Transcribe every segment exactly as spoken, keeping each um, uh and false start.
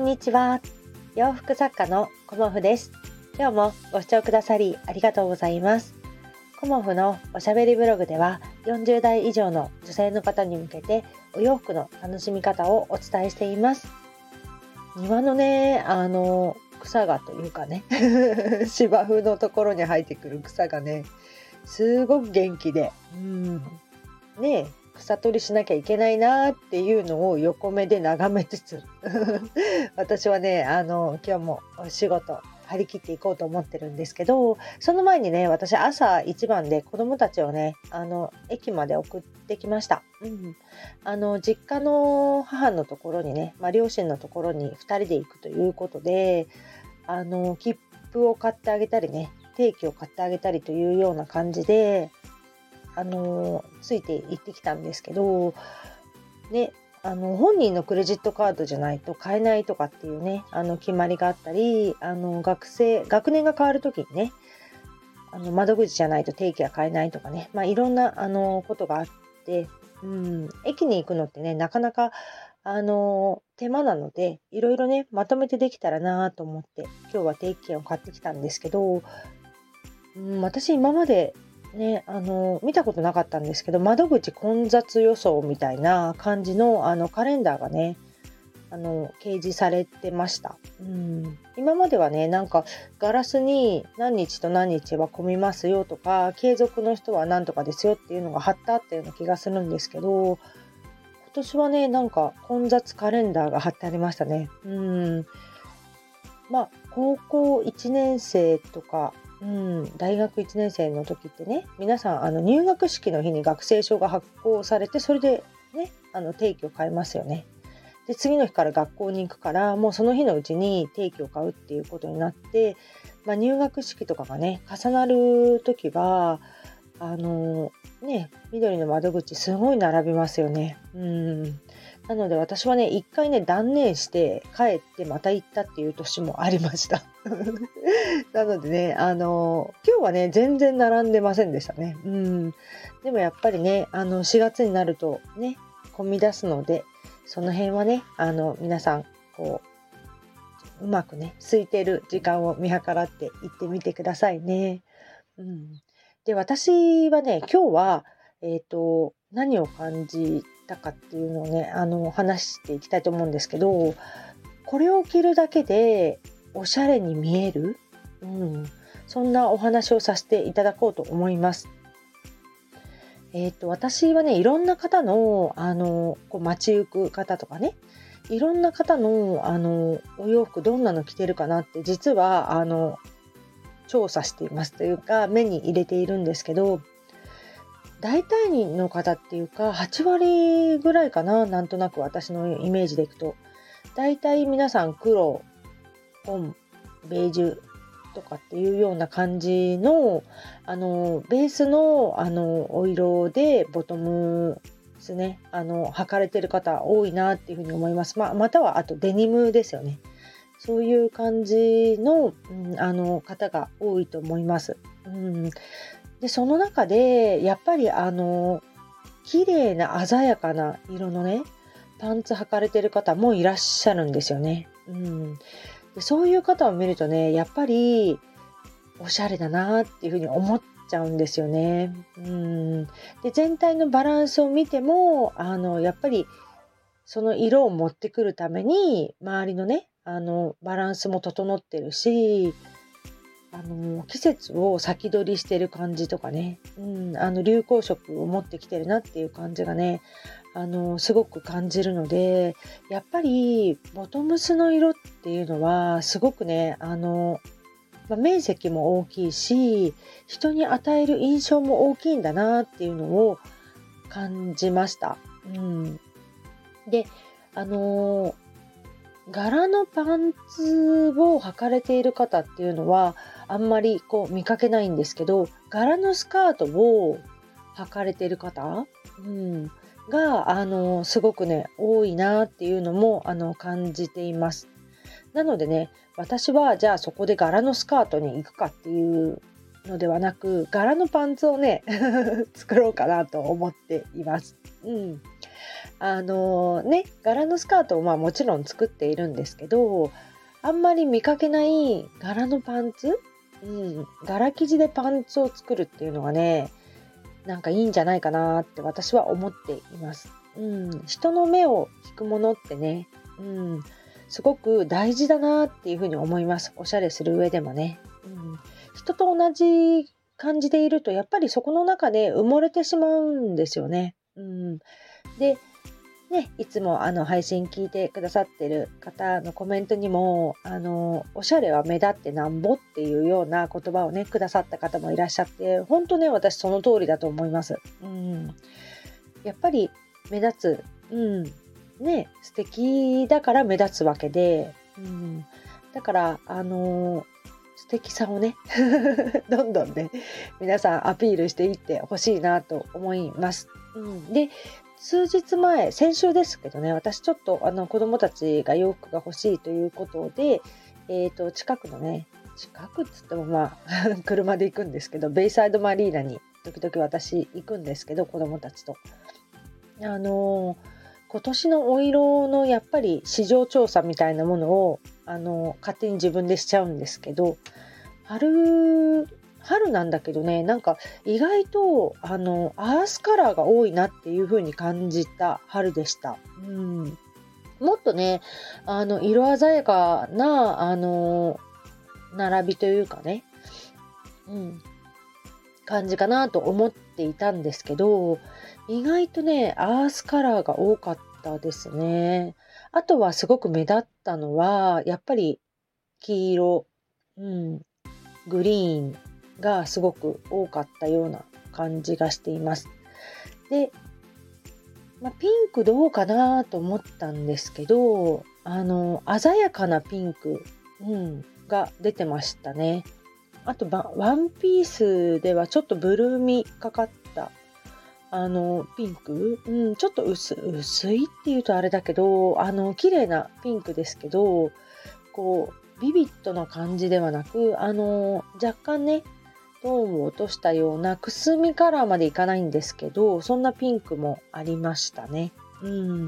んにちは。洋服作家のコモフです。今日もご視聴くださりありがとうございます。コモフのおしゃべりブログではよんじゅう代以上の女性の方に向けてお洋服の楽しみ方をお伝えしています。庭のね、あの草がというかね芝生のところに生えてくる草がね、すごく元気で、うんねえ草取りしなきゃいけないなっていうのを横目で眺めつつ私はね、あの今日もお仕事張り切っていこうと思ってるんですけど、その前にね、私朝一番で子供たちをね、あの駅まで送ってきました。うん、あの実家の母のところにね、まあ、両親のところにふたりで行くということで、あの切符を買ってあげたりね、定期を買ってあげたりというような感じで、あのついて行ってきたんですけどね、あの本人のクレジットカードじゃないと買えないとかっていうね、あの決まりがあったり、あの学生学年が変わる時にね、あの窓口じゃないと定期は買えないとかね、まあ、いろんなあのことがあって、うん、駅に行くのってね、なかなかあの手間なので、いろいろねまとめてできたらなと思って今日は定期券を買ってきたんですけど、うん、私今までね、あの見たことなかったんですけど、窓口混雑予想みたいな感じのあのカレンダーがね、あの掲示されてました。うん、今まではね、なんかガラスに何日と何日は混みますよとか、継続の人は何とかですよっていうのが貼ってあったような気がするんですけど、今年はね、なんか混雑カレンダーが貼ってありましたね。うん、まあ高校いちねん生とか、うん、大学いちねん生の時ってね、皆さんあの入学式の日に学生証が発行されて、それでね、あの定期を買いますよね。で次の日から学校に行くから、もうその日のうちに定期を買うっていうことになって、まあ、入学式とかがね重なる時はあのね、緑の窓口すごい並びますよね。うん。なので私はね、一回ね、断念して帰ってまた行ったっていう年もありました。なのでね、あの今日はね、全然並んでませんでしたね。うん。でもやっぱりね、あのしがつになるとね、混み出すので、その辺はね、あの皆さん、こう、うまくね、空いてる時間を見計らって行ってみてくださいね。うん。で、私はね、今日は、えっと、何を感じたかっていうのをね、あの、話していきたいと思うんですけど、これを着るだけでおしゃれに見える、うん、そんなお話をさせていただこうと思います。えっと、私はね、いろんな方の、あの、こう街行く方とかね、いろんな方の、あの、お洋服どんなの着てるかなって、実は、あの、調査していますというか、目に入れているんですけど、大体の方っていうかはち割ぐらいかな、なんとなく私のイメージでいくと、大体皆さん黒、紺、ベージュとかっていうような感じの、あのベースのあのお色でボトムですね、あの履かれてる方多いなっていうふうに思います。まあ、またはあとデニムですよね。そういう感じの、うん、あの方が多いと思います。うん、で、その中でやっぱりあの綺麗な鮮やかな色のね、パンツ履かれてる方もいらっしゃるんですよね。うん、でそういう方を見るとね、やっぱりおしゃれだなっていうふうに思っちゃうんですよね。うん、で全体のバランスを見ても、あのやっぱりその色を持ってくるために周りのね、あのバランスも整ってるし、あの季節を先取りしてる感じとかね、うん、あの流行色を持ってきてるなっていう感じがね、あのすごく感じるので、やっぱりボトムスの色っていうのはすごくね、あの、まあ、面積も大きいし、人に与える印象も大きいんだなっていうのを感じました。うん、で、あのー柄のパンツを履かれている方っていうのはあんまりこう見かけないんですけど、柄のスカートを履かれている方、うん、があのすごくね多いなっていうのもあの感じています。なのでね、私はじゃあそこで柄のスカートに行くかっていうのではなく、柄のパンツをね作ろうかなと思っています。うん。 あのね、柄のスカートをまあもちろん作っているんですけど、あんまり見かけない柄のパンツ、うん、柄生地でパンツを作るっていうのがね、なんかいいんじゃないかなって私は思っています。うん、人の目を引くものってね、うん、すごく大事だなっていうふうに思います。おしゃれする上でもね。うん、人と同じ感じでいると、やっぱりそこの中で埋もれてしまうんですよね。うん、で、ね、いつもあの配信聞いてくださってる方のコメントにも、あの、おしゃれは目立ってなんぼっていうような言葉をね、くださった方もいらっしゃって、本当ね、私その通りだと思います。うん。やっぱり目立つ、うん。ね、素敵だから目立つわけで、うん。だから、あの素敵さをね、どんどんね、皆さんアピールしていってほしいなと思います。うん。で、数日前、先週ですけどね、私ちょっとあの子供たちが洋服が欲しいということで、えっと、近くのね、近くっつってもまあ、車で行くんですけど、ベイサイドマリーナに時々私行くんですけど、子供たちと。あのー今年のお色のやっぱり市場調査みたいなものを、あのー勝手に自分でしちゃうんですけど、春、春なんだけどね、なんか意外とあのアースカラーが多いなっていう風に感じた春でした。うん、もっとね、あの色鮮やかなあの並びというかね、うん、感じかなと思っていたんですけど、意外とね、アースカラーが多かったですね。あとはすごく目立ったのは、やっぱり黄色、うん、グリーンがすごく多かったような感じがしています。で、まあ、ピンクどうかなと思ったんですけど、あの、鮮やかなピンク、うん、が出てましたね。あと、ばワンピースではちょっとブルーみかかった、あの、ピンク、うん、ちょっと薄薄いっていうとあれだけど、あの、綺麗なピンクですけど、こう、ビビッドな感じではなく、あの、若干ね、トーンを落としたようなくすみカラーまでいかないんですけど、そんなピンクもありましたね。うん。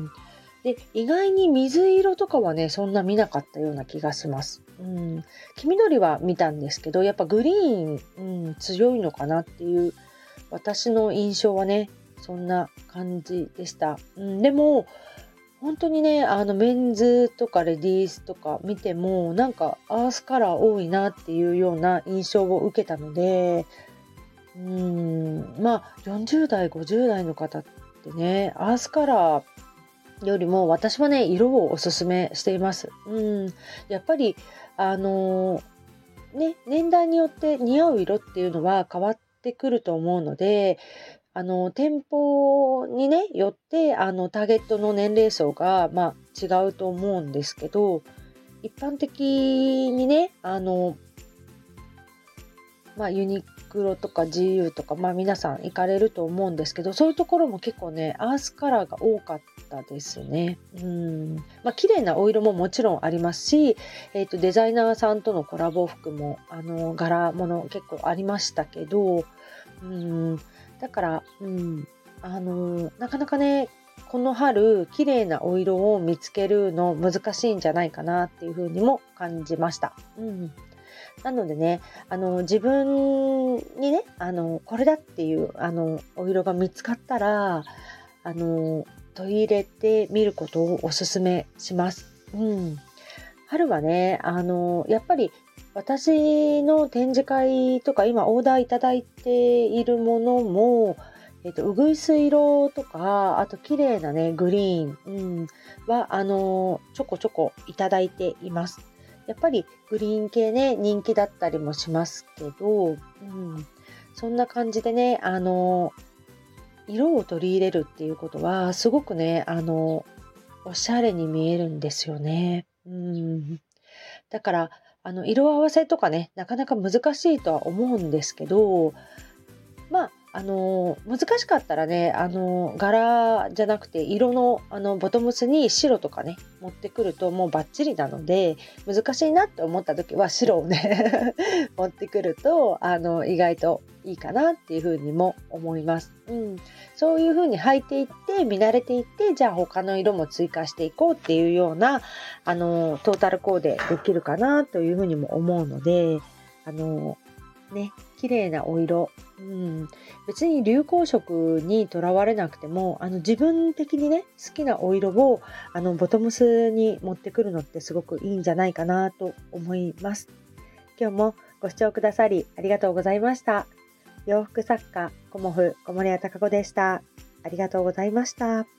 で、意外に水色とかはね、そんな見なかったような気がします。うん。黄緑は見たんですけど、やっぱグリーン、うん、強いのかなっていう、私の印象はね、そんな感じでした。うん、でも、本当にね、あのメンズとかレディースとか見ても、なんかアースカラー多いなっていうような印象を受けたので、うーん、まあよんじゅう代、ごじゅう代の方ってね、アースカラーよりも私はね、色をおすすめしています。うん、やっぱりあのね、年代によって似合う色っていうのは変わってくると思うので、あの、店舗にね、よって、あの、ターゲットの年齢層が、まあ、違うと思うんですけど、一般的にね、あの、まあ、ユニクロとか ジーユー とか、まあ、皆さん行かれると思うんですけど、そういうところも結構ね、アースカラーが多かったですね。うん。まあ、綺麗なお色ももちろんありますし、えっと、デザイナーさんとのコラボ服も、あの、柄物結構ありましたけど、うん、だから、うん、あの、なかなかね、この春、綺麗なお色を見つけるの難しいんじゃないかなっていう風にも感じました。うん。なのでね、あの、自分にね、あの、これだっていう、あの、お色が見つかったら、あの、取り入れてみることをお勧めします。うん。春はね、あの、やっぱり私の展示会とか今オーダーいただいているものも、えっと、うぐいす色とか、あと綺麗なね、グリーン、うん、は、あの、ちょこちょこいただいています。やっぱりグリーン系ね、人気だったりもしますけど、うん、そんな感じでね、あの、色を取り入れるっていうことは、すごくね、あの、おしゃれに見えるんですよね。うん。だから、あの、色合わせとかね、なかなか難しいとは思うんですけど、まあ、 あの難しかったらね、あの柄じゃなくて色のあのボトムスに白とかね持ってくるともうバッチリなので、難しいなって思った時は白をね持ってくるとあの意外といいかなっていうふうにも思います。うん、そういうふうに履いていって見慣れていって、じゃあ他の色も追加していこうっていうようなあのトータルコーデできるかなというふうにも思うので、あのね、綺麗なお色、うん、別に流行色にとらわれなくても、あの自分的にね、好きなお色をあのボトムスに持ってくるのってすごくいいんじゃないかなと思います。今日もご視聴くださりありがとうございました。洋服作家、コモフ、小森屋隆子でした。ありがとうございました。